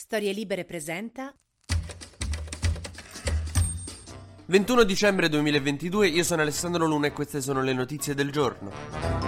Storie Libere presenta 21 dicembre 2022, io sono Alessandro Luna e queste sono le notizie del giorno.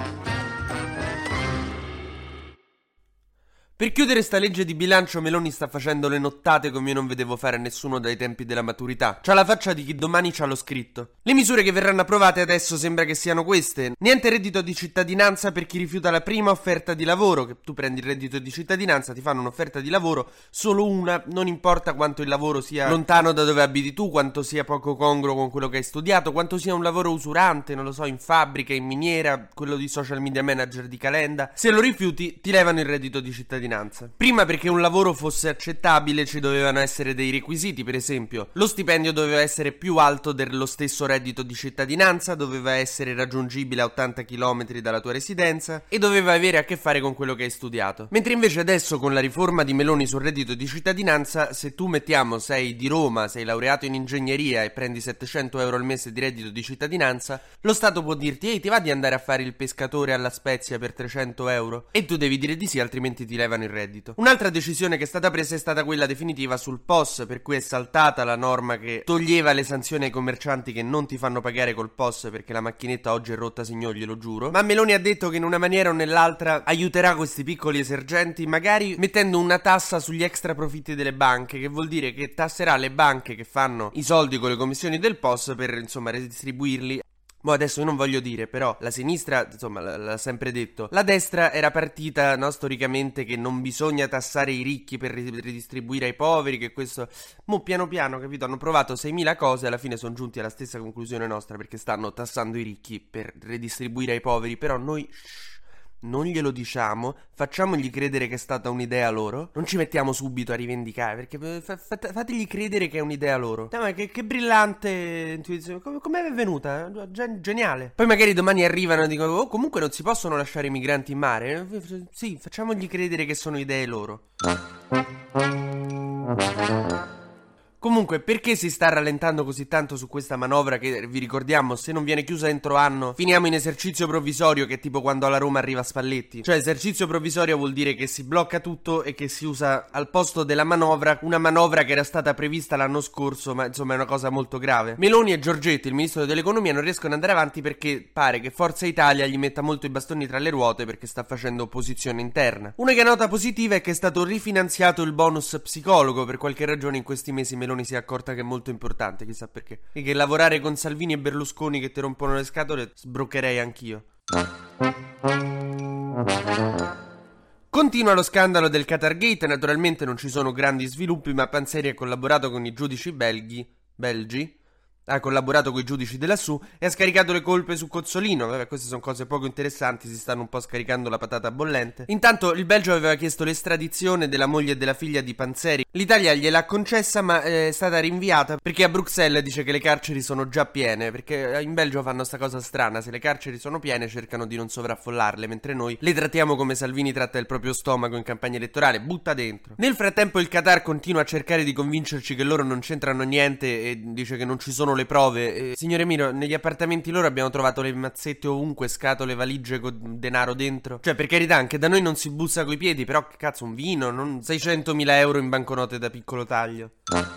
Per chiudere sta legge di bilancio Meloni sta facendo le nottate come io non vedevo fare nessuno dai tempi della maturità. C'ha la faccia di chi domani c'ha lo scritto. Le misure che verranno approvate adesso sembra che siano queste. Niente reddito di cittadinanza per chi rifiuta la prima offerta di lavoro. Che tu prendi il reddito di cittadinanza, ti fanno un'offerta di lavoro, solo una, non importa quanto il lavoro sia lontano da dove abiti tu, quanto sia poco congruo con quello che hai studiato, quanto sia un lavoro usurante, non lo so, in fabbrica, in miniera, quello di social media manager di Calenda. Se lo rifiuti ti levano il reddito di cittadinanza. Prima, perché un lavoro fosse accettabile ci dovevano essere dei requisiti, per esempio lo stipendio doveva essere più alto dello stesso reddito di cittadinanza, doveva essere raggiungibile a 80 km dalla tua residenza e doveva avere a che fare con quello che hai studiato. Mentre invece adesso con la riforma di Meloni sul reddito di cittadinanza, se tu mettiamo sei di Roma, sei laureato in ingegneria e prendi 700 euro al mese di reddito di cittadinanza, lo Stato può dirti: ehi, ti va di andare a fare il pescatore alla Spezia per 300 euro? E tu devi dire di sì, altrimenti ti levano il reddito. Un'altra decisione che è stata presa è stata quella definitiva sul POS, per cui è saltata la norma che toglieva le sanzioni ai commercianti che non ti fanno pagare col POS perché la macchinetta oggi è rotta, signor, glielo giuro. Ma Meloni ha detto che in una maniera o nell'altra aiuterà questi piccoli esercenti, magari mettendo una tassa sugli extra profitti delle banche, che vuol dire che tasserà le banche che fanno i soldi con le commissioni del POS per, insomma, redistribuirli. Boh, adesso io non voglio dire, però la sinistra, insomma, l'ha sempre detto. La destra era partita, no, storicamente, che non bisogna tassare i ricchi per ridistribuire ai poveri, che questo... Mo piano piano, capito, hanno provato 6.000 cose e alla fine sono giunti alla stessa conclusione nostra, perché stanno tassando i ricchi per redistribuire ai poveri, però noi... non glielo diciamo, facciamogli credere che è stata un'idea loro. Non ci mettiamo subito a rivendicare, perché fategli credere che è un'idea loro. Ma che brillante intuizione. Come è venuta? Geniale. Poi magari domani arrivano e dicono: oh, comunque non si possono lasciare i migranti in mare. Sì, facciamogli credere che sono idee loro. Comunque, perché si sta rallentando così tanto su questa manovra che, vi ricordiamo, se non viene chiusa entro anno finiamo in esercizio provvisorio, che è tipo quando alla Roma arriva Spalletti. Cioè, esercizio provvisorio vuol dire che si blocca tutto e che si usa al posto della manovra una manovra che era stata prevista l'anno scorso, ma insomma è una cosa molto grave. Meloni e Giorgetti, il ministro dell'economia, non riescono ad andare avanti perché pare che Forza Italia gli metta molto i bastoni tra le ruote perché sta facendo opposizione interna. Unica nota positiva è che è stato rifinanziato il bonus psicologo. Per qualche ragione in questi mesi Meloni si è accorta che è molto importante, chissà perché. E che lavorare con Salvini e Berlusconi che ti rompono le scatole sbroccherei anch'io. Continua lo scandalo del Qatargate, naturalmente non ci sono grandi sviluppi, ma Panzeri ha collaborato con i giudici belgi, ha collaborato con i giudici della SU e ha scaricato le colpe su Cozzolino. Vabbè, queste sono cose poco interessanti, si stanno un po' scaricando la patata bollente. Intanto il Belgio aveva chiesto l'estradizione della moglie e della figlia di Panzeri. L'Italia gliel'ha concessa, ma è stata rinviata perché a Bruxelles dice che le carceri sono già piene, perché in Belgio fanno sta cosa strana: se le carceri sono piene cercano di non sovraffollarle, mentre noi le trattiamo come Salvini tratta il proprio stomaco in campagna elettorale, butta dentro. Nel frattempo il Qatar continua a cercare di convincerci che loro non c'entrano niente e dice che non ci sono le prove. Signore mio, negli appartamenti loro abbiamo trovato le mazzette ovunque, scatole, valigie con denaro dentro. Cioè, per carità, anche da noi non si bussa coi piedi, però che cazzo, un vino, non 600.000 euro in banconote da piccolo taglio.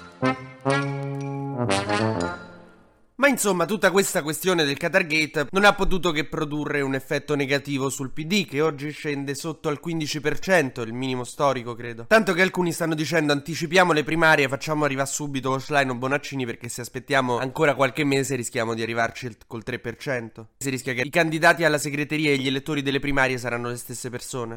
Ma insomma, tutta questa questione del Qatargate non ha potuto che produrre un effetto negativo sul PD, che oggi scende sotto al 15%, il minimo storico credo. Tanto che alcuni stanno dicendo: anticipiamo le primarie, facciamo arrivare subito Schlein o Bonaccini, perché se aspettiamo ancora qualche mese rischiamo di arrivarci col 3%. Si rischia che i candidati alla segreteria e gli elettori delle primarie saranno le stesse persone.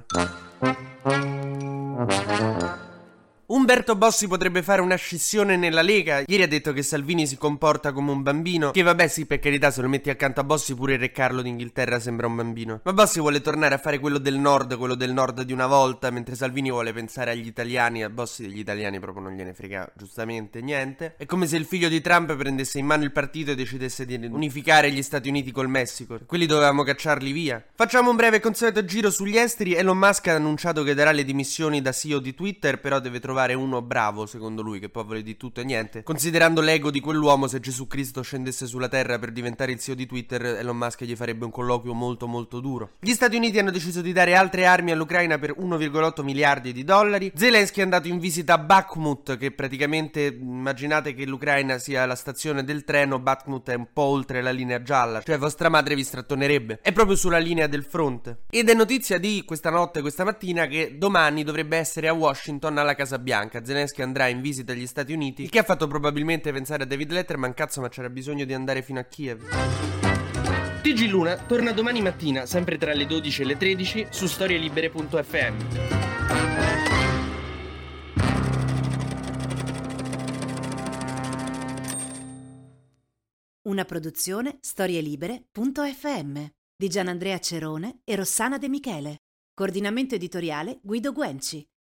Umberto Bossi potrebbe fare una scissione nella Lega. Ieri ha detto che Salvini si comporta come un bambino. Che vabbè, sì, per carità, se lo metti accanto a Bossi pure il re Carlo d'Inghilterra sembra un bambino. Ma Bossi vuole tornare a fare quello del nord di una volta, mentre Salvini vuole pensare agli italiani. A Bossi degli italiani proprio non gliene frega giustamente niente. È come se il figlio di Trump prendesse in mano il partito e decidesse di unificare gli Stati Uniti col Messico. Quelli dovevamo cacciarli via. Facciamo un breve e consueto giro sugli esteri. Elon Musk ha annunciato che darà le dimissioni da CEO di Twitter, però deve trovare trovare uno bravo, secondo lui, che poi vuole di tutto e niente. Considerando l'ego di quell'uomo, se Gesù Cristo scendesse sulla terra per diventare il CEO di Twitter, Elon Musk gli farebbe un colloquio molto molto duro. Gli Stati Uniti hanno deciso di dare altre armi all'Ucraina per 1,8 miliardi di dollari. Zelensky è andato in visita a Bakhmut, che praticamente, immaginate che l'Ucraina sia la stazione del treno, Bakhmut è un po' oltre la linea gialla, cioè vostra madre vi strattonerebbe. È proprio sulla linea del fronte. Ed è notizia di questa notte, questa mattina, che domani dovrebbe essere a Washington alla Casa Bianca. Zelensky andrà in visita agli Stati Uniti, il che ha fatto probabilmente pensare a David Letterman, cazzo, ma c'era bisogno di andare fino a Kiev. TG Luna torna domani mattina, sempre tra le 12 e le 13, su storielibere.fm. Una produzione storielibere.fm di Gianandrea Cerone e Rossana De Michele. Coordinamento editoriale Guido Guenci.